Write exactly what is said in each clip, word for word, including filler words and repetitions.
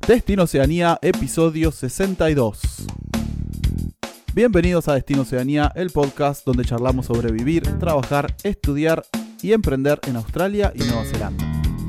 Destino Oceanía, episodio sesenta y dos. Bienvenidos a Destino Oceanía, el podcast donde charlamos sobre vivir, trabajar, estudiar y emprender en Australia y Nueva Zelanda.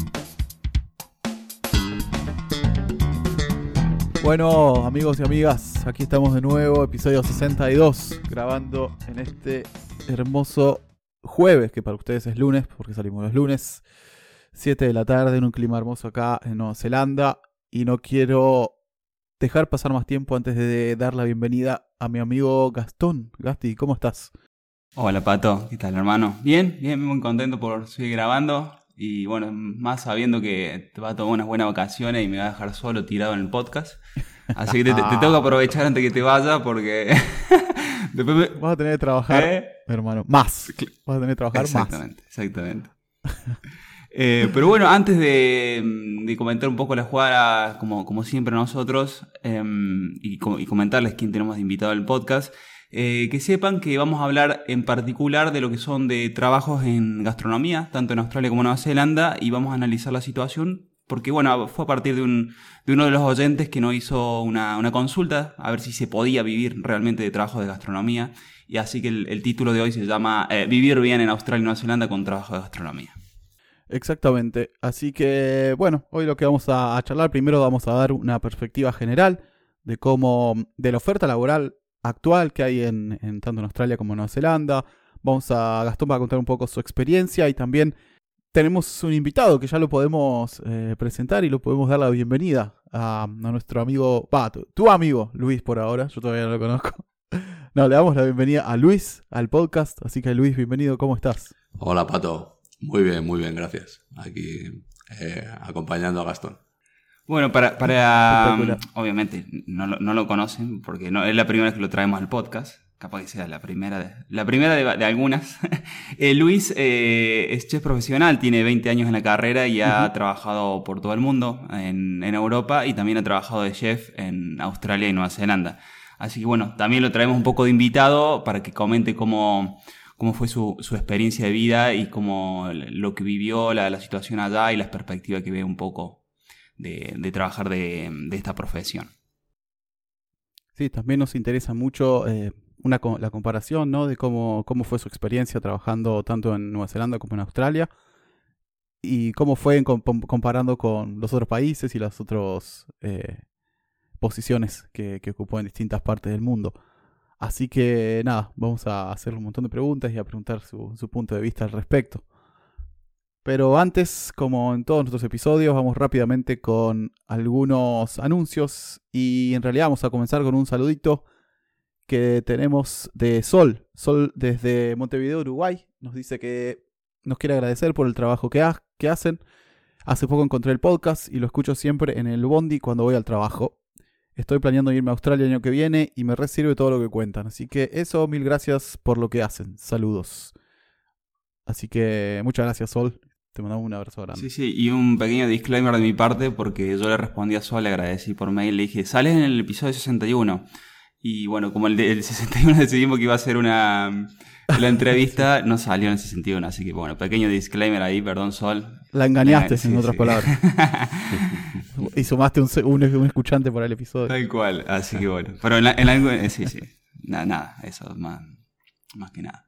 Bueno, amigos y amigas, aquí estamos de nuevo, episodio sesenta y dos, grabando en este hermoso jueves, que para ustedes es lunes, porque salimos los lunes, siete de la tarde, en un clima hermoso acá en Nueva Zelanda. Y no quiero dejar pasar más tiempo antes de dar la bienvenida a mi amigo Gastón. Gasti, ¿cómo estás? Hola Pato, ¿qué tal hermano? Bien, bien, muy contento por seguir grabando. Y bueno, más sabiendo que te va a tomar unas buenas vacaciones y me va a dejar solo tirado en el podcast. Así que te, te, te tengo que aprovechar antes que te vaya porque... después me... Vas a tener que trabajar, ¿Eh? hermano, más. Vas a tener que trabajar exactamente, más. Exactamente, exactamente. Eh, pero bueno, antes de, de comentar un poco la jugada, como, como siempre nosotros, eh, y, y comentarles quién tenemos de invitado al podcast, eh, que sepan que vamos a hablar en particular de lo que son de trabajos en gastronomía, tanto en Australia como en Nueva Zelanda, y vamos a analizar la situación, porque bueno, fue a partir de, un, de uno de los oyentes que nos hizo una, una consulta, a ver si se podía vivir realmente de trabajo de gastronomía, y así que el, el título de hoy se llama eh, Vivir bien en Australia y Nueva Zelanda con trabajo de gastronomía. Exactamente, así que bueno, hoy lo que vamos a, a charlar, primero vamos a dar una perspectiva general de cómo, de la oferta laboral actual que hay en, en tanto en Australia como en Nueva Zelanda. Vamos a, Gastón va a contar un poco su experiencia y también tenemos un invitado que ya lo podemos eh, presentar y lo podemos dar la bienvenida a, a nuestro amigo, va, tu, tu amigo Luis por ahora, yo todavía no lo conozco. No, le damos la bienvenida a Luis, al podcast, así que Luis, bienvenido, ¿cómo estás? Hola Pato. Muy bien, muy bien, gracias. Aquí eh, acompañando a Gastón. Bueno, para, para obviamente no lo, no lo conocen porque no es la primera vez que lo traemos al podcast. Capaz que sea la primera de, la primera de, de algunas. eh, Luis eh, es chef profesional, tiene veinte años en la carrera y ha uh-huh. trabajado por todo el mundo, en, en Europa, y también ha trabajado de chef en Australia y Nueva Zelanda. Así que bueno, también lo traemos un poco de invitado para que comente cómo... cómo fue su, su experiencia de vida y cómo lo que vivió, la, la situación allá y las perspectivas que ve un poco de, de trabajar de, de esta profesión. Sí, también nos interesa mucho eh, una, la comparación, ¿no? De cómo, cómo fue su experiencia trabajando tanto en Nueva Zelanda como en Australia y cómo fue en, comparando con los otros países y las otras eh, posiciones que, que ocupó en distintas partes del mundo. Así que nada, vamos a hacerle un montón de preguntas y a preguntar su, su punto de vista al respecto. Pero antes, como en todos nuestros episodios, vamos rápidamente con algunos anuncios. Y en realidad vamos a comenzar con un saludito que tenemos de Sol. Sol desde Montevideo, Uruguay. Nos dice que nos quiere agradecer por el trabajo que, ha, que hacen. Hace poco encontré el podcast y lo escucho siempre en el bondi cuando voy al trabajo. Estoy planeando irme a Australia el año que viene y me resirve todo lo que cuentan. Así que eso, mil gracias por lo que hacen. Saludos. Así que muchas gracias, Sol. Te mandamos un abrazo grande. Sí, sí, y un pequeño disclaimer de mi parte porque yo le respondí a Sol, le agradecí por mail, le dije, sales en el episodio sesenta y uno. Y bueno, como el del sesenta y uno decidimos que iba a ser una... la entrevista no salió en el sesenta y uno, así que bueno, pequeño disclaimer ahí, perdón Sol. La engañaste, sí, en otras sí. palabras. Y sumaste un, un, un escuchante para el episodio. Tal cual, así que bueno. Pero en, la, en algo, eh, sí, sí. Nada, nada, eso más, más que nada.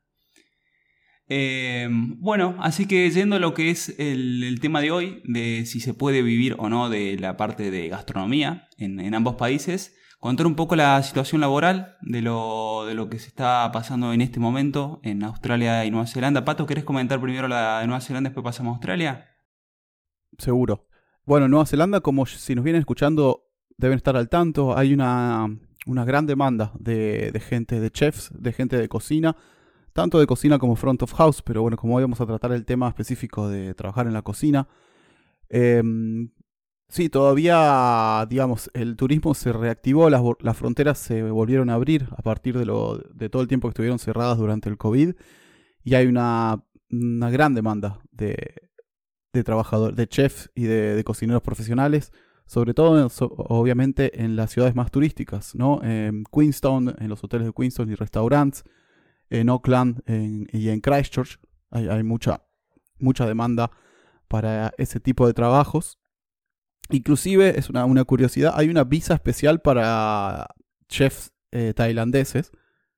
Eh, bueno, así que yendo a lo que es el, el tema de hoy, de si se puede vivir o no de la parte de gastronomía en, en ambos países, contar un poco la situación laboral de lo, de lo que se está pasando en este momento en Australia y Nueva Zelanda. Pato, ¿querés comentar primero la de Nueva Zelanda y después pasamos a Australia? Seguro. Bueno, Nueva Zelanda, como si nos vienen escuchando, deben estar al tanto. Hay una, una gran demanda de, de gente, de chefs, de gente de cocina, tanto de cocina como front of house, pero bueno, como hoy vamos a tratar el tema específico de trabajar en la cocina. Eh, sí, todavía, digamos, el turismo se reactivó, las, las fronteras se volvieron a abrir a partir de, lo, de todo el tiempo que estuvieron cerradas durante el COVID, y hay una, una gran demanda de... de trabajadores, de chefs y de, de cocineros profesionales, sobre todo, so, obviamente, en las ciudades más turísticas, ¿no? En Queenstown, en los hoteles de Queenstown y restaurantes, en Auckland en, y en Christchurch hay, hay mucha, mucha demanda para ese tipo de trabajos. Inclusive, es una, una curiosidad, hay una visa especial para chefs eh, tailandeses.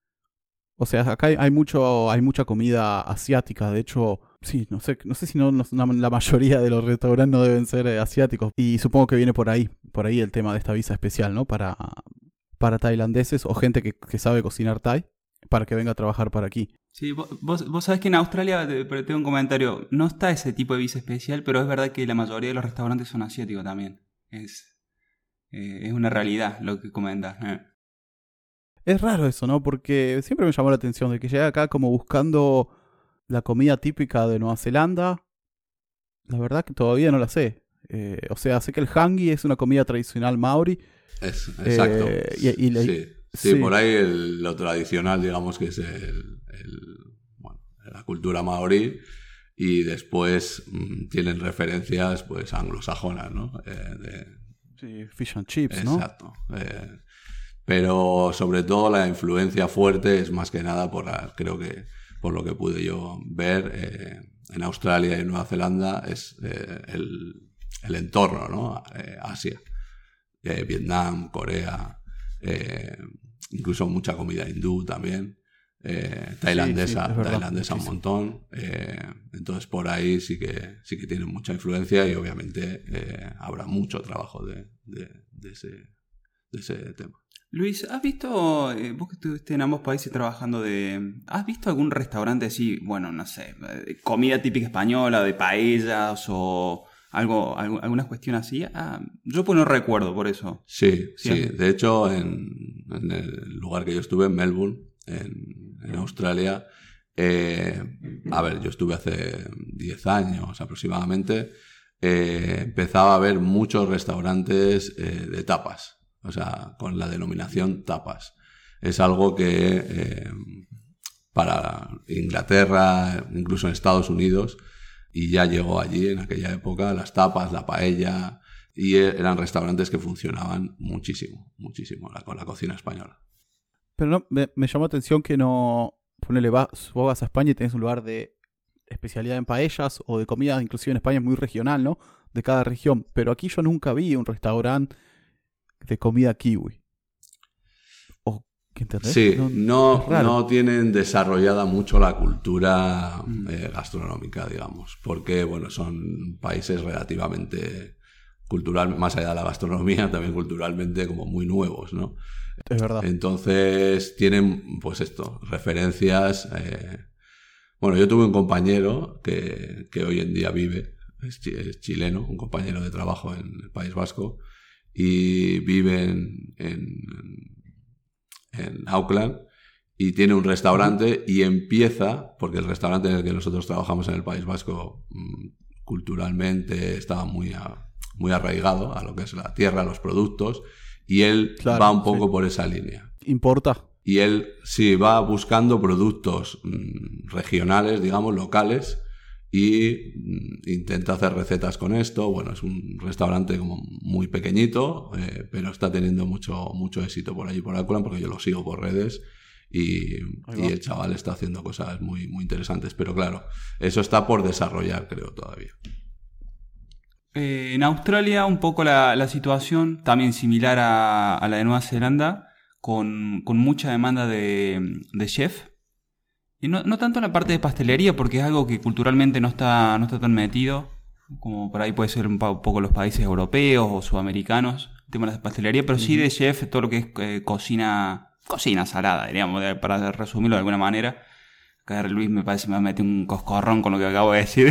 O sea, acá hay, hay mucho, hay mucha comida asiática. De hecho, sí, no sé, no sé si no, no la mayoría de los restaurantes no deben ser eh, asiáticos. Y supongo que viene por ahí, por ahí el tema de esta visa especial, ¿no? Para, para tailandeses o gente que, que sabe cocinar thai, para que venga a trabajar para aquí. Sí, vos, vos, vos sabés que en Australia, te, te tengo un comentario, no está ese tipo de visa especial, pero es verdad que la mayoría de los restaurantes son asiáticos también. Es, eh, es una realidad lo que comentas. Eh. Es raro eso, ¿no? Porque siempre me llamó la atención de que llegué acá como buscando la comida típica de Nueva Zelanda. La verdad que todavía no la sé. Eh, o sea, sé que el hangi es una comida tradicional maori. Es, exacto. Eh, y, y la, sí. Sí, sí, por ahí el, lo tradicional, digamos que es el, el, bueno, la cultura maorí, y después mmm, tienen referencias pues anglosajonas, ¿no? Eh, de, sí, fish and chips, exacto, ¿no? Exacto. Eh, pero sobre todo la influencia fuerte es más que nada por la, creo que por lo que pude yo ver eh, en Australia y Nueva Zelanda es eh, el, el entorno, ¿no? Eh, Asia, eh, Vietnam, Corea. Eh, incluso mucha comida hindú también, eh, tailandesa, sí, sí, verdad, tailandesa un montón, eh, entonces por ahí sí que sí que tienen mucha influencia y obviamente eh, habrá mucho trabajo de, de, de, ese, de ese tema. Luis, ¿has visto, eh, vos que estuviste en ambos países trabajando de, ¿has visto algún restaurante así, bueno, no sé, comida típica española, de paellas o algo, algo algunas cuestiones así? Ah, yo pues no recuerdo por eso. Sí, sí, sí. De hecho, en, en el lugar que yo estuve, en Melbourne, en, en Australia, eh, a ver, yo estuve hace diez años aproximadamente, eh, empezaba a haber muchos restaurantes eh, de tapas. O sea, con la denominación tapas. Es algo que eh, para Inglaterra, incluso en Estados Unidos, y ya llegó allí en aquella época, las tapas, la paella, y eran restaurantes que funcionaban muchísimo, muchísimo con la cocina española. Pero no, me, me llamó la atención que no, ponele, vas, vos vas a España y tenés un lugar de especialidad en paellas o de comida, inclusive en España es muy regional, ¿no? De cada región. Pero aquí yo nunca vi un restaurante de comida kiwi. ¿O qué entendés? Sí, no, no, no tienen desarrollada mucho la cultura mm. eh, gastronómica, digamos, porque bueno, son países relativamente cultural, más allá de la gastronomía, también culturalmente como muy nuevos, ¿no? Es verdad. Entonces tienen, pues esto, referencias. Eh... Bueno, yo tuve un compañero que, que hoy en día vive, es, es chileno, un compañero de trabajo en el País Vasco, y vive en, en, en Auckland y tiene un restaurante y empieza, porque el restaurante en el que nosotros trabajamos en el País Vasco mmm, culturalmente estaba muy, a, muy arraigado a lo que es la tierra, los productos, y él claro, va un poco sí. por esa línea. ¿Importa? Y él sí va buscando productos mmm, regionales, digamos, locales, y intenta hacer recetas con esto. Bueno, es un restaurante como muy pequeñito, eh, pero está teniendo mucho, mucho éxito por allí por Auckland, porque yo lo sigo por redes y, y el chaval está haciendo cosas muy, muy interesantes. Pero claro, eso está por desarrollar, creo, todavía. Eh, en Australia un poco la, la situación también similar a, a la de Nueva Zelanda, con, con mucha demanda de, de chef. Y no, no tanto en la parte de pastelería, porque es algo que culturalmente no está, no está tan metido, como por ahí puede ser un poco los países europeos o sudamericanos, el tema de la pastelería, pero sí de chef, todo lo que es eh, cocina, cocina salada, diríamos, para resumirlo de alguna manera. Acá Luis me parece que me ha metido un coscorrón con lo que acabo de decir,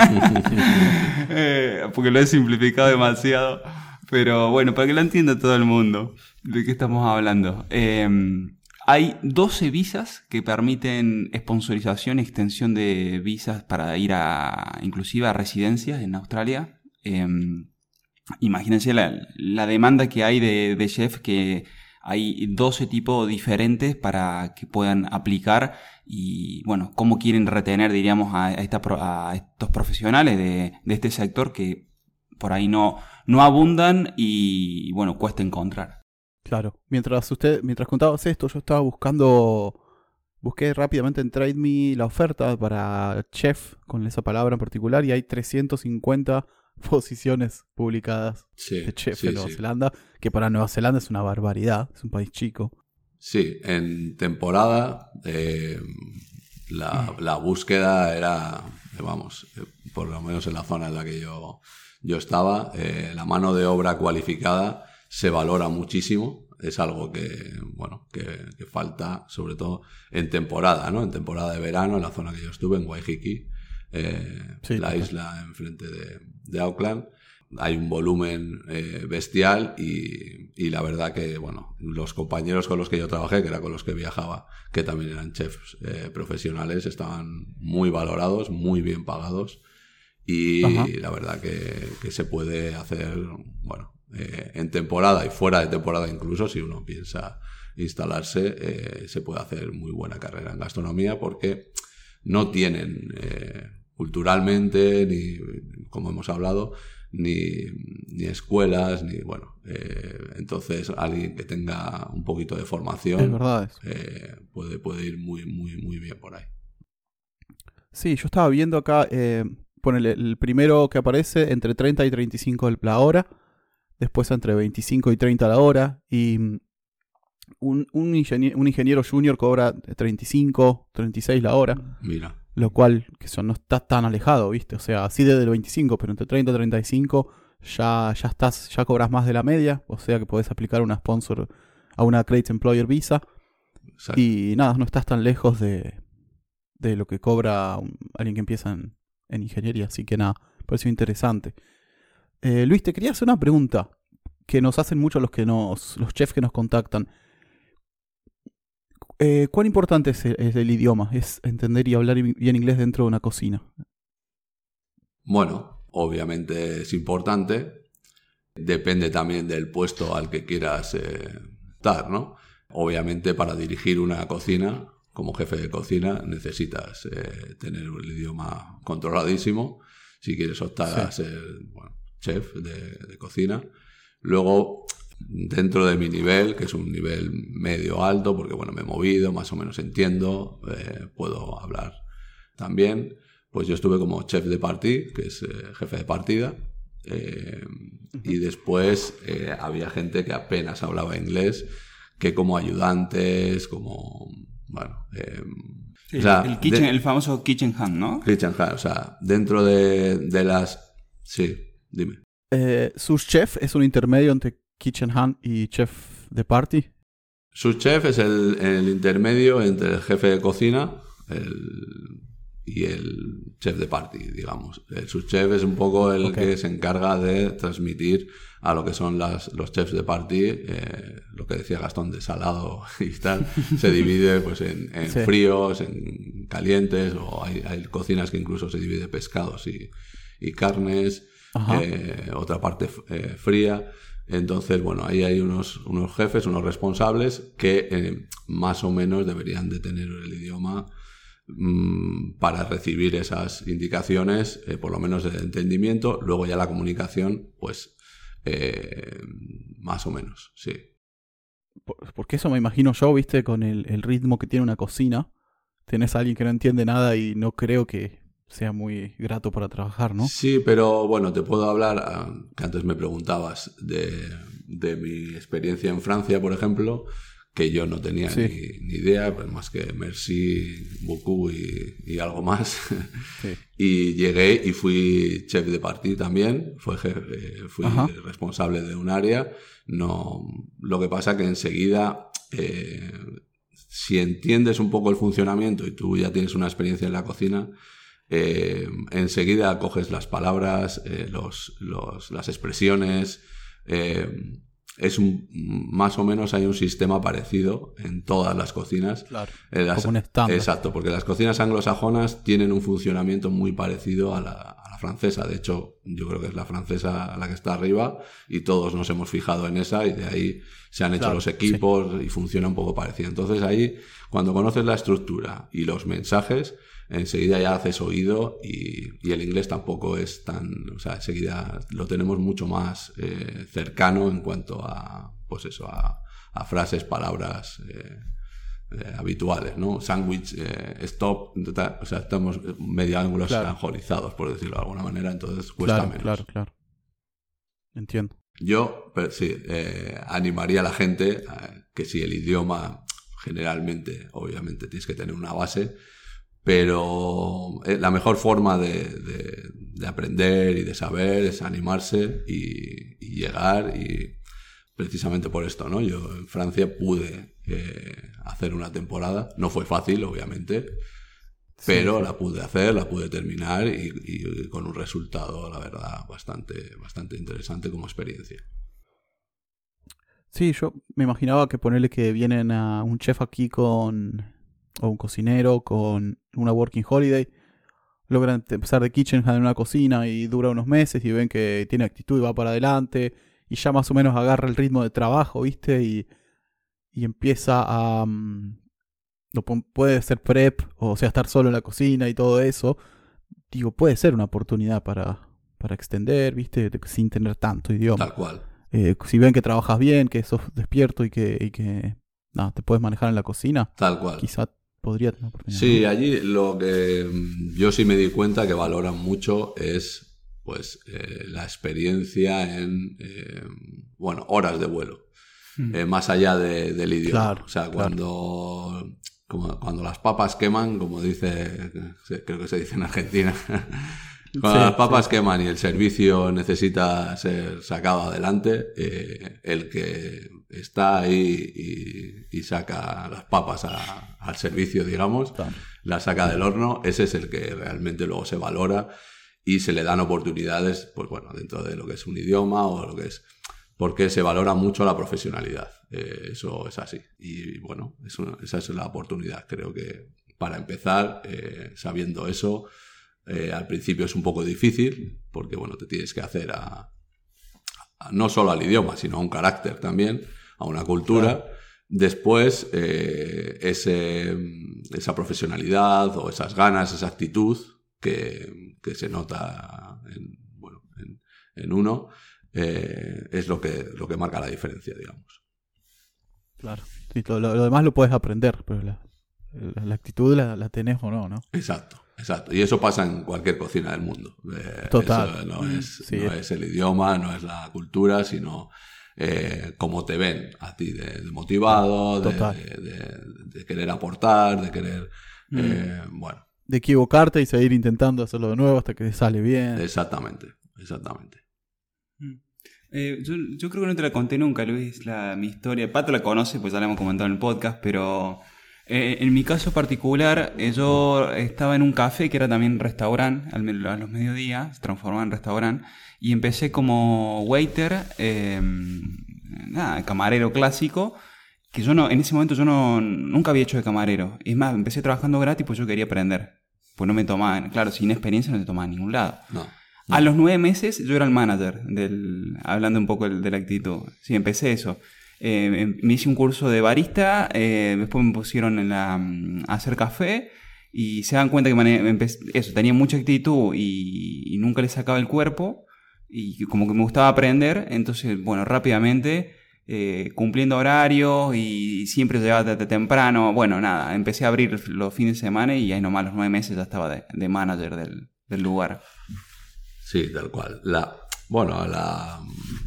eh, porque lo he simplificado demasiado, pero bueno, para que lo entienda todo el mundo de qué estamos hablando. Eh, Hay doce visas que permiten sponsorización y extensión de visas para ir a, inclusive a residencias en Australia. Eh, imagínense la, la demanda que hay de, de chefs, que hay doce tipos diferentes para que puedan aplicar y, bueno, cómo quieren retener, diríamos, a, esta, a estos profesionales de, de este sector que por ahí no, no abundan y, bueno, cuesta encontrar. Claro, mientras usted, mientras contabas esto, yo estaba buscando, busqué rápidamente en TradeMe la oferta para chef, con esa palabra en particular, y hay trescientos cincuenta posiciones publicadas sí, de chef sí, en Nueva sí. Zelanda, que para Nueva Zelanda es una barbaridad, es un país chico. Sí, en temporada eh, la, la búsqueda era, vamos, eh, por lo menos en la zona en la que yo, yo estaba, eh, la mano de obra cualificada se valora muchísimo. Es algo que, bueno, que, que falta, sobre todo en temporada, ¿no? En temporada de verano, en la zona que yo estuve, en Waiheke, eh, Sí, la total. isla enfrente de, de Auckland. Hay un volumen eh, bestial y, y la verdad que, bueno, los compañeros con los que yo trabajé, que era con los que viajaba, que también eran chefs eh, profesionales, estaban muy valorados, muy bien pagados y Ajá. la verdad que, que se puede hacer, bueno, eh, en temporada y fuera de temporada incluso, si uno piensa instalarse, eh, se puede hacer muy buena carrera en gastronomía porque no tienen eh, culturalmente, ni como hemos hablado, ni, ni escuelas, ni bueno, eh, entonces alguien que tenga un poquito de formación Es verdad eso. eh, puede, puede ir muy, muy, muy bien por ahí. Sí, yo estaba viendo acá, eh, ponele, el primero que aparece entre treinta y treinta y cinco la hora, después entre veinticinco y treinta la hora, y mm, un, un, ingeniero, un ingeniero junior cobra treinta y cinco, treinta y seis la hora, Mira, lo cual que eso no está tan alejado, ¿viste? O sea, sí desde el veinticinco, pero entre treinta y treinta y cinco ya, ya estás, ya cobras más de la media, o sea que podés aplicar una sponsor, a una Accredited Employer Visa, exacto. y nada, no estás tan lejos de, de lo que cobra un- alguien que empieza en, en ingeniería, así que nada, me pareció interesante. Eh, Luis, te quería hacer una pregunta que nos hacen mucho los que nos, los chefs que nos contactan. Eh, ¿Cuán importante es el, es el idioma? Es entender y hablar bien inglés dentro de una cocina. Bueno, obviamente es importante. Depende también del puesto al que quieras eh, estar, ¿no? Obviamente para dirigir una cocina, como jefe de cocina, necesitas eh, tener el idioma controladísimo si quieres optar Sí. a ser bueno, chef de, de cocina. Luego, dentro de mi nivel, que es un nivel medio alto, porque bueno, me he movido, más o menos entiendo, eh, puedo hablar también, pues yo estuve como chef de partie, que es eh, jefe de partida, eh, y después eh, había gente que apenas hablaba inglés, que como ayudantes, como, bueno... Eh, Sí, o sea, el, kitchen, de- el famoso kitchen hand, ¿no? Kitchen hand, o sea, dentro de, de las... Sí, dime. Eh, ¿Sous chef es un intermedio entre kitchen hand y chef de party? Sous chef es el, el intermedio entre el jefe de cocina el- y el chef de party, digamos. El sous chef es un poco el Ok. que se encarga de transmitir a lo que son las, los chefs de party, eh, lo que decía Gastón de salado y tal, se divide pues en, en Sí. fríos, en calientes, o hay, hay cocinas que incluso se divide pescados y, y carnes, Ajá. eh, otra parte eh, fría. Entonces, bueno, ahí hay unos, unos jefes, unos responsables que eh, más o menos deberían de tener el idioma mmm, para recibir esas indicaciones, eh, por lo menos de entendimiento. Luego ya la comunicación, pues eh, más o menos, sí. Por- Porque eso me imagino yo, viste, con el, el ritmo que tiene una cocina. Tenés a alguien que no entiende nada y no creo que sea muy grato para trabajar, ¿no? Sí, pero bueno, te puedo hablar, ah, que antes me preguntabas de, de mi experiencia en Francia, por ejemplo, que yo no tenía Sí. ni, ni idea, pues más que merci beaucoup y, y algo más. Sí. Y llegué y fui chef de partie también, fue jefe, fui Ajá. responsable de un área. No, lo que pasa que enseguida, eh, si entiendes un poco el funcionamiento y tú ya tienes una experiencia en la cocina, eh, enseguida coges las palabras, eh, los, los, las expresiones. Eh, es un, más o menos hay un sistema parecido en todas las cocinas. Claro. Eh, las- Como un estándar. Exacto, porque las cocinas anglosajonas tienen un funcionamiento muy parecido a la, a la francesa. De hecho, yo creo que es la francesa la que está arriba y todos nos hemos fijado en esa y de ahí se han hecho Claro, los equipos y funciona un poco parecido. Entonces ahí, cuando conoces la estructura y los mensajes, enseguida ya haces oído y, y el inglés tampoco es tan... O sea, enseguida lo tenemos mucho más eh, cercano en cuanto a, pues eso, a, a frases, palabras... Eh, eh, habituales, ¿no? Sándwich, eh, stop, tal, o sea, estamos medio ángulos Claro. anjolizados, por decirlo de alguna manera, entonces cuesta Claro, menos. claro, claro. Entiendo. Yo, pero sí, eh, animaría a la gente a que si el idioma, generalmente, obviamente, tienes que tener una base, pero eh, la mejor forma de, de, de aprender y de saber es animarse y, y llegar, y precisamente por esto, ¿no? Yo en Francia pude eh, hacer una temporada, no fue fácil, obviamente, pero Sí. la pude hacer, la pude terminar y, y con un resultado, la verdad, bastante, bastante interesante como experiencia. Sí, yo me imaginaba que ponerle que vienen a un chef aquí con, o un cocinero con una working holiday, logran empezar de kitchen hand en una cocina y dura unos meses y ven que tiene actitud y va para adelante y ya más o menos agarra el ritmo de trabajo, ¿viste? Y, y empieza a... mm, no pu- puede ser prep, o sea, estar solo en la cocina y todo eso. Digo, puede ser una oportunidad para, para extender, ¿viste? De- sin tener tanto idioma. Tal cual. Eh, si ven que trabajas bien, que sos despierto y que, y que nada, te puedes manejar en la cocina, Tal cual. quizá podría tener oportunidad. Sí, ¿no? allí lo que mm, yo sí me di cuenta que valoran mucho es pues eh, la experiencia en eh, bueno, horas de vuelo, Mm. eh, más allá de- del idioma. Claro, O sea, claro. cuando, como- cuando las papas queman, como dice, creo que se dice en Argentina, cuando Sí, las papas sí. queman y el servicio necesita ser sacado adelante, eh, el que está ahí y, y saca las papas a- al servicio, digamos, Claro. la saca del horno, ese es el que realmente luego se valora y se le dan oportunidades, pues bueno, dentro de lo que es un idioma o lo que es... Porque se valora mucho la profesionalidad. Eh, eso es así. Y bueno, eso, esa es la oportunidad. Creo que para empezar, eh, sabiendo eso, eh, al principio es un poco difícil, porque bueno, te tienes que hacer a, a- no solo al idioma, sino a un carácter también, a una cultura. Claro. Después, eh, ese, esa profesionalidad o esas ganas, esa actitud que, que se nota en, bueno, en, en uno, eh, es lo que, lo que marca la diferencia, digamos. Claro. Sí, lo, lo- lo demás lo puedes aprender, pero la, la, la actitud la, la tenés o no, ¿no? Exacto, exacto. Y eso pasa en cualquier cocina del mundo. Eh, Total. Eso no, Mm, es, sí. no es el idioma, no es la cultura, sino eh, cómo te ven a ti de, de motivado, de, Total. de, de- de querer aportar, de querer... Mm. eh, bueno, De equivocarte y seguir intentando hacerlo de nuevo hasta que sale bien. exactamente, exactamente. Mm. Eh, yo, yo creo que no te la conté nunca, Luis, la, mi historia. Pato la conoce, pues ya la hemos comentado en el podcast, pero eh, en mi caso particular, eh, yo estaba en un café que era también restaurante, al me- a los mediodías, se transformaba en restaurante, y empecé como waiter, eh, nada, camarero clásico, que yo no, en ese momento yo no, nunca había hecho de camarero. Es más, empecé trabajando gratis, pues yo quería aprender. Pues no me tomaban, claro, sin experiencia no te tomaban a ningún lado. No. A los nueve meses yo era el manager, del, hablando un poco de la actitud. Sí, empecé eso. Eh, me hice un curso de barista, eh, después me pusieron en la, a hacer café y se dan cuenta que mane- empe- eso, tenía mucha actitud y, y nunca le sacaba el cuerpo y como que me gustaba aprender, entonces, bueno, rápidamente, eh, cumpliendo horarios y siempre llegaba desde temprano, bueno, nada, empecé a abrir los fines de semana y ahí nomás a los nueve meses ya estaba de, de manager del, del lugar. Sí, tal cual. La, bueno, la,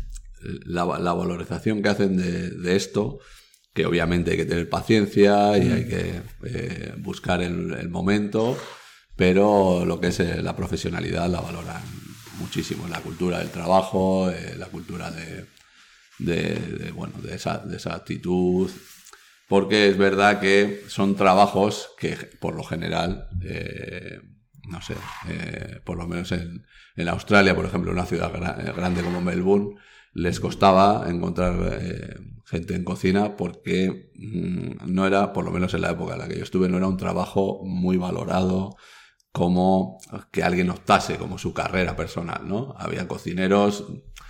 la, la valorización que hacen de, de esto, que obviamente hay que tener paciencia y hay que eh, buscar el, el momento, pero lo que es eh, la profesionalidad la valoran muchísimo. La cultura del trabajo, eh, la cultura de, de, de, bueno, de, esa, de esa actitud. Porque es verdad que son trabajos que, por lo general, eh, no sé, eh, por lo menos en, en Australia, por ejemplo, en una ciudad gra- grande como Melbourne, les costaba encontrar eh, gente en cocina porque mmm, no era, por lo menos en la época en la que yo estuve, no era un trabajo muy valorado como que alguien optase como su carrera personal, ¿no? Había cocineros...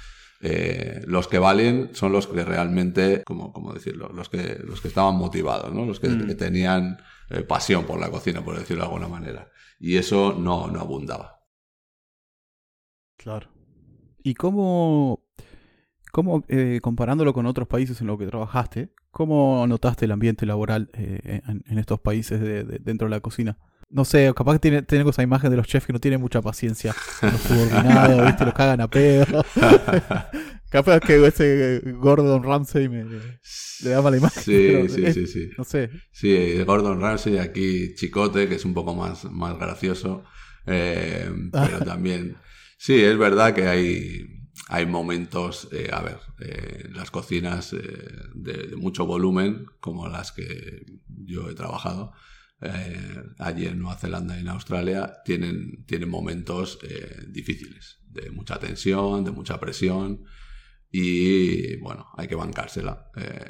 Eh, los que valen son los que realmente, como, como decirlo, los que, los que estaban motivados, ¿no? Los que, Mm. que tenían eh, pasión por la cocina, por decirlo de alguna manera. Y eso no, no abundaba. Claro. ¿Y cómo, cómo eh, comparándolo con otros países en los que trabajaste, ¿Cómo notaste el ambiente laboral eh, en, en estos países de, de, dentro de la cocina? No sé, capaz que tiene, tengo esa imagen de los chefs que no tienen mucha paciencia. Los subordinados, ¿viste? Los cagan a pedo. Capaz que ese Gordon Ramsay me, me, le da mala imagen. Sí, pero sí, es, sí, sí. No sé. Sí, Gordon Ramsay, aquí Chicote, que es un poco más, más gracioso. Eh, pero también... Sí, es verdad que hay... Hay momentos, eh, a ver, eh, las cocinas eh, de, de mucho volumen, como las que yo he trabajado eh, allí en Nueva Zelanda y en Australia, tienen, tienen momentos eh, difíciles, de mucha tensión, de mucha presión, y bueno, hay que bancársela. Eh,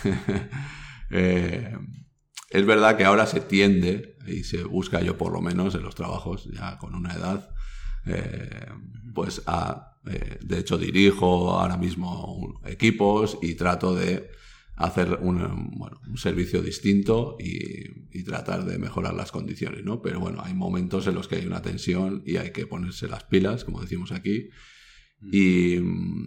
eh, es verdad que ahora se tiende, y se busca, yo por lo menos en los trabajos, ya con una edad, eh, pues a... Eh, de hecho, dirijo ahora mismo equipos y trato de hacer un, bueno, un servicio distinto y, y tratar de mejorar las condiciones, ¿no? Pero bueno, hay momentos en los que hay una tensión y hay que ponerse las pilas, como decimos aquí. Y,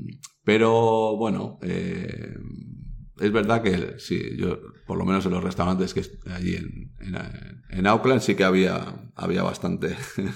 pero bueno, eh, es verdad que sí, yo, por lo menos en los restaurantes que allí en, en, en Auckland sí que había, había bastante...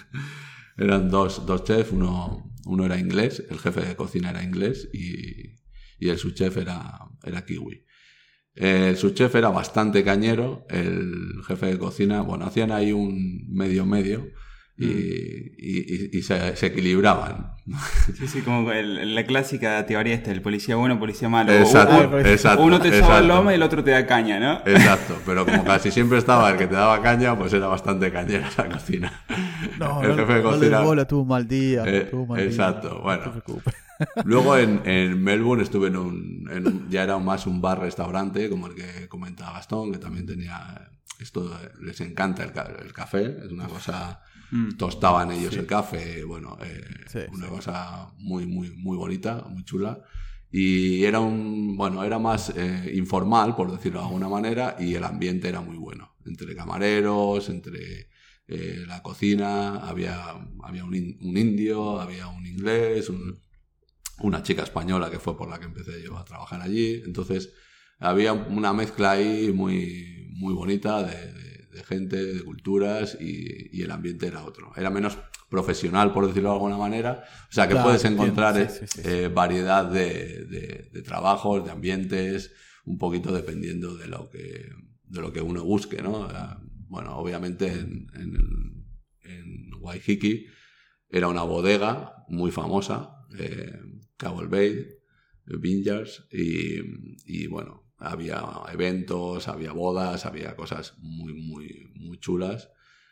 Eran dos, dos chefs, uno, uno era inglés, el jefe de cocina era inglés y, y el subchef era, era kiwi. El subchef era bastante cañero, el jefe de cocina, bueno, hacían ahí un medio-medio y, y, y, y se, se equilibraban. Sí, sí, como el, la clásica teoría esta, el policía bueno, policía malo. Exacto, uno, exacto. Uno te exacto. soba el lomo y el otro te da caña, ¿no? Exacto, pero como casi siempre estaba el que te daba caña, pues era bastante cañera la cocina. No, el no, jefe de no cocina... le bola, tuvo un mal día. Eh, tuvo un mal exacto, día, bueno. No te preocupes. Luego en, en Melbourne estuve en un, en un... Ya era más un bar-restaurante, como el que comentaba Gastón, que también tenía... Esto les encanta el, el café, es una cosa... Mm. Tostaban ellos sí. el café, bueno, eh, sí, una sí. cosa muy, muy, muy bonita, muy chula. Y era un, bueno, era más eh, informal, por decirlo de alguna manera, y el ambiente era muy bueno. Entre camareros, entre eh, la cocina, había, había un, in, un indio, había un inglés, un, una chica española que fue por la que empecé yo a trabajar allí. Entonces, había una mezcla ahí muy, muy bonita de, de de gente, de culturas y, y el ambiente era otro. Era menos profesional, por decirlo de alguna manera. O sea, que claro, puedes encontrar sí, sí, sí, sí. Eh, variedad de, de, de trabajos, de ambientes, un poquito dependiendo de lo que, de lo que uno busque, ¿no? Bueno, obviamente en, en, en Waiheke era una bodega muy famosa, eh, Cowell Bay, Vineyards, y, y bueno, había eventos, había bodas, había cosas muy, muy, muy chulas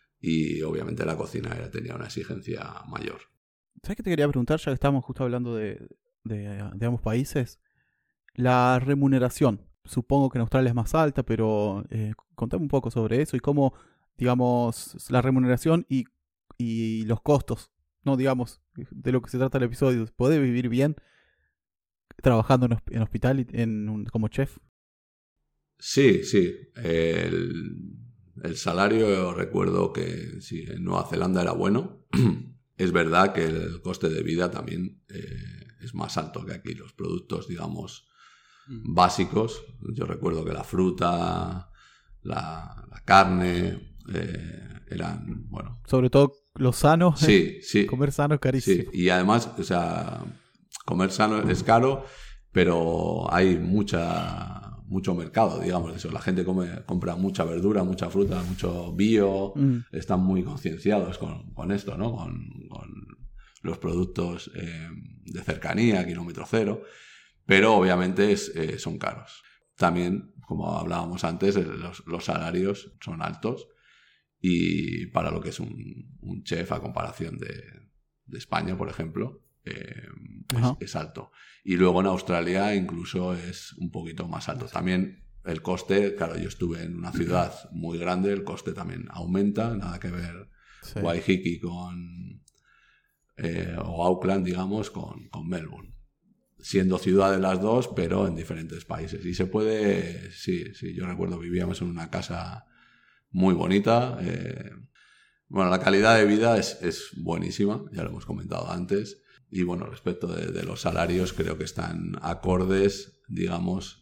y obviamente la cocina era, tenía una exigencia mayor. ¿Sabes qué te quería preguntar, ya que estábamos justo hablando de, de, de ambos países? La remuneración. Supongo que en Australia es más alta, pero eh, contame un poco sobre eso y cómo, digamos, la remuneración y, y los costos, no digamos, de lo que se trata el episodio. ¿Podés vivir bien trabajando en, en hospital en, como chef? Sí, sí. El, el salario, recuerdo que sí, en Nueva Zelanda era bueno. Es verdad que el coste de vida también eh, es más alto que aquí. Los productos, digamos, mm. básicos. Yo recuerdo que la fruta, la, la carne, eh, eran, bueno... Sobre todo los sanos. Sí, sí. Comer sano es carísimo. Sí, y además, o sea, comer sano es caro, pero hay mucha... mucho mercado, digamos, eso. La gente come, compra mucha verdura, mucha fruta, mucho bio, mm. están muy concienciados con, con esto, ¿no? Con, con los productos eh, de cercanía, kilómetro cero, pero obviamente es, eh, son caros. También, como hablábamos antes, los, los salarios son altos y para lo que es un, un chef a comparación de, de España, por ejemplo, Eh, es, es alto. Y luego en Australia incluso es un poquito más alto. También el coste, claro, yo estuve en una ciudad muy grande, el coste también aumenta, nada que ver sí. Waiheke con eh, o Auckland, digamos, con, con Melbourne. Siendo ciudades las dos, pero en diferentes países. Y se puede, sí, sí, yo recuerdo vivíamos en una casa muy bonita. Eh, bueno, la calidad de vida es, es buenísima, ya lo hemos comentado antes. Y bueno, respecto de, de los salarios, creo que están acordes, digamos,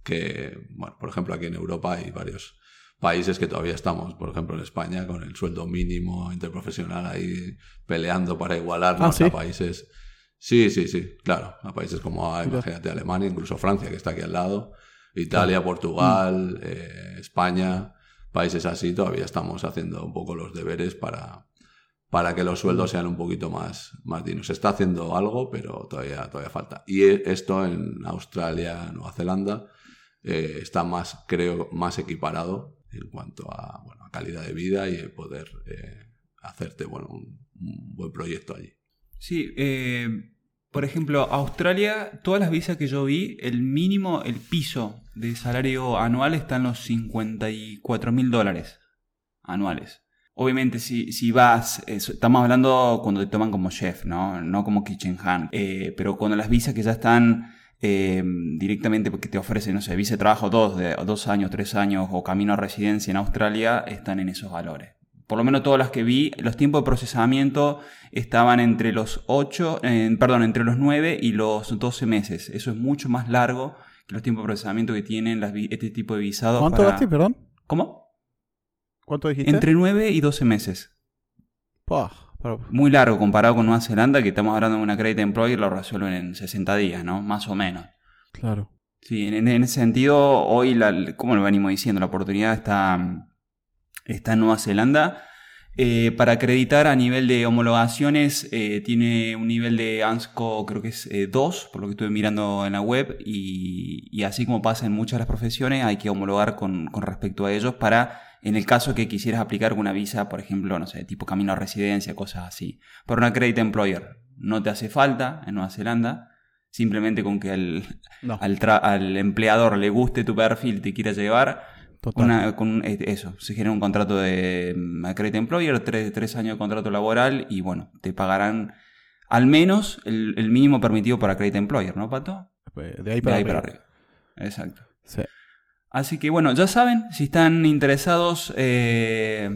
que, bueno, por ejemplo, aquí en Europa hay varios países que todavía estamos, por ejemplo, en España, con el sueldo mínimo interprofesional ahí peleando para igualarnos ah, ¿sí? a países... Sí, sí, sí, claro, a países como, imagínate, Alemania, incluso Francia, que está aquí al lado, Italia, Portugal, eh, España, países así, todavía estamos haciendo un poco los deberes para, para que los sueldos sean un poquito más, más dignos. Se está haciendo algo, pero todavía, todavía falta. Y esto en Australia, Nueva Zelanda, eh, está más, creo, más equiparado en cuanto a, bueno, a calidad de vida y poder eh, hacerte, bueno, un, un buen proyecto allí. Sí, eh, por ejemplo, Australia, todas las visas que yo vi, el mínimo, el piso de salario anual está en los cincuenta y cuatro mil dólares anuales. Obviamente, si, si vas, eh, estamos hablando cuando te toman como chef, ¿no? No como kitchen hand. Eh, pero cuando las visas que ya están eh, directamente porque te ofrecen, no sé, visa de trabajo dos, de dos años, tres años o camino a residencia en Australia, están en esos valores. Por lo menos todas las que vi, los tiempos de procesamiento estaban entre los ocho, eh, perdón, entre los nueve y los doce meses. Eso es mucho más largo que los tiempos de procesamiento que tienen las, este tipo de visados. ¿Cuánto para... gaste, perdón? ¿Cómo? ¿Cuánto dijiste? Entre nueve y doce meses. Pah, para... Muy largo comparado con Nueva Zelanda, que estamos hablando de una Credit Employer, lo resuelven en sesenta días, ¿no? Más o menos. Claro. Sí, en, en ese sentido, hoy, la, como lo venimos diciendo, la oportunidad está... está en Nueva Zelanda. Eh, para acreditar a nivel de homologaciones, eh, tiene un nivel de ANSCO, creo que es eh, dos, por lo que estuve mirando en la web, y, y así como pasa en muchas de las profesiones, hay que homologar con, con respecto a ellos para, en el caso que quisieras aplicar una visa, por ejemplo, no sé, tipo camino a residencia, cosas así. Para una Credit Employer no te hace falta en Nueva Zelanda, simplemente con que al, no. al, tra- al empleador le guste tu perfil, te quiera llevar. Una, con eso, se genera un contrato de Credit Employer, tres, tres años de contrato laboral y bueno, te pagarán al menos el, el mínimo permitido para Credit Employer, ¿no, Pato? De ahí para, de ahí arriba. para arriba. Exacto. Sí. Así que bueno, ya saben, si están interesados eh,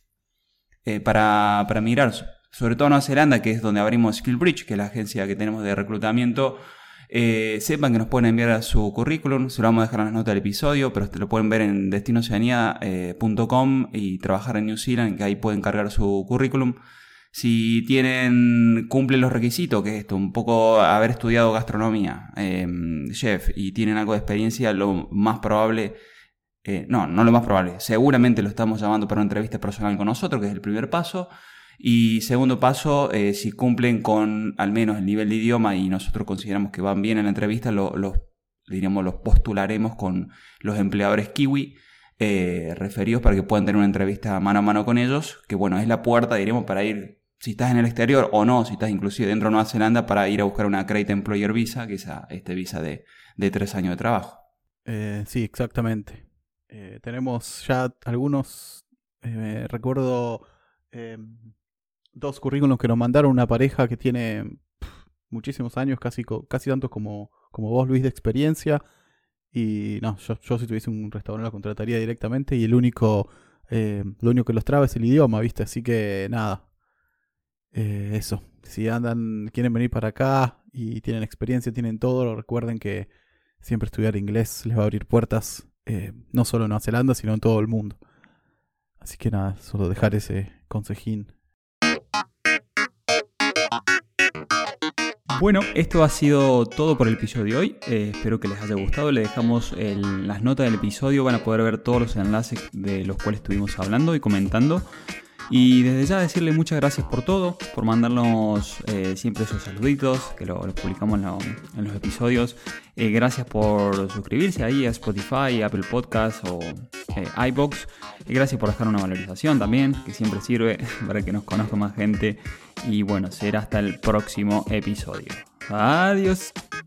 eh, para, para mirar, sobre todo Nueva Zelanda, que es donde abrimos SkillBridge, que es la agencia que tenemos de reclutamiento. Eh, sepan que nos pueden enviar su currículum, se lo vamos a dejar en las notas del episodio, pero lo pueden ver en destino oceanía punto com eh, y trabajar en New Zealand, que ahí pueden cargar su currículum. Si tienen, cumplen los requisitos, que es esto, un poco haber estudiado gastronomía, eh, chef, y tienen algo de experiencia, lo más probable, eh, no, no lo más probable, seguramente lo estamos llamando para una entrevista personal con nosotros, que es el primer paso. Y segundo paso, eh, si cumplen con al menos el nivel de idioma y nosotros consideramos que van bien en la entrevista, los lo, diríamos, los postularemos con los empleadores kiwi eh, referidos para que puedan tener una entrevista mano a mano con ellos, que bueno, es la puerta, diríamos, para ir, si estás en el exterior o no, si estás inclusive dentro de Nueva Zelanda, para ir a buscar una Credit Employer Visa, que es este visa de, de tres años de trabajo. Eh, sí, exactamente. Eh, tenemos ya algunos, eh, recuerdo... Eh, dos currículums que nos mandaron una pareja que tiene pff, muchísimos años, casi, casi tantos como, como vos, Luis, de experiencia. Y no, yo, yo si tuviese un restaurante lo contrataría directamente. Y el único, eh, lo único que los traba es el idioma, ¿viste? Así que nada, eh, eso. Si andan, quieren venir para acá y tienen experiencia, tienen todo, recuerden que siempre estudiar inglés les va a abrir puertas, eh, no solo en Nueva Zelanda, sino en todo el mundo. Así que nada, solo dejar ese consejín. Bueno, esto ha sido todo por el episodio de hoy. Eh, espero que les haya gustado. Les dejamos el, las notas del episodio. Van a poder ver todos los enlaces de los cuales estuvimos hablando y comentando. Y desde ya decirle muchas gracias por todo, por mandarnos eh, siempre esos saluditos que lo, lo publicamos en, lo, en los episodios. Eh, gracias por suscribirse ahí a Spotify, Apple Podcasts o eh, iVoox. Y gracias por dejar una valorización también, que siempre sirve para que nos conozca más gente. Y bueno, será hasta el próximo episodio. Adiós.